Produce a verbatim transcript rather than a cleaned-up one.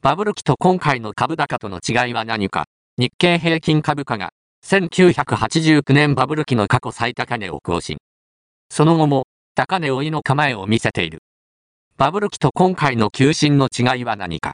バブル期と今回の株高との違いは何か。日経平均株価がせんきゅうひゃくはちじゅうきゅうねんバブル期の過去最高値を更新。その後も高値追いの構えを見せている。バブル期と今回の急進の違いは何か。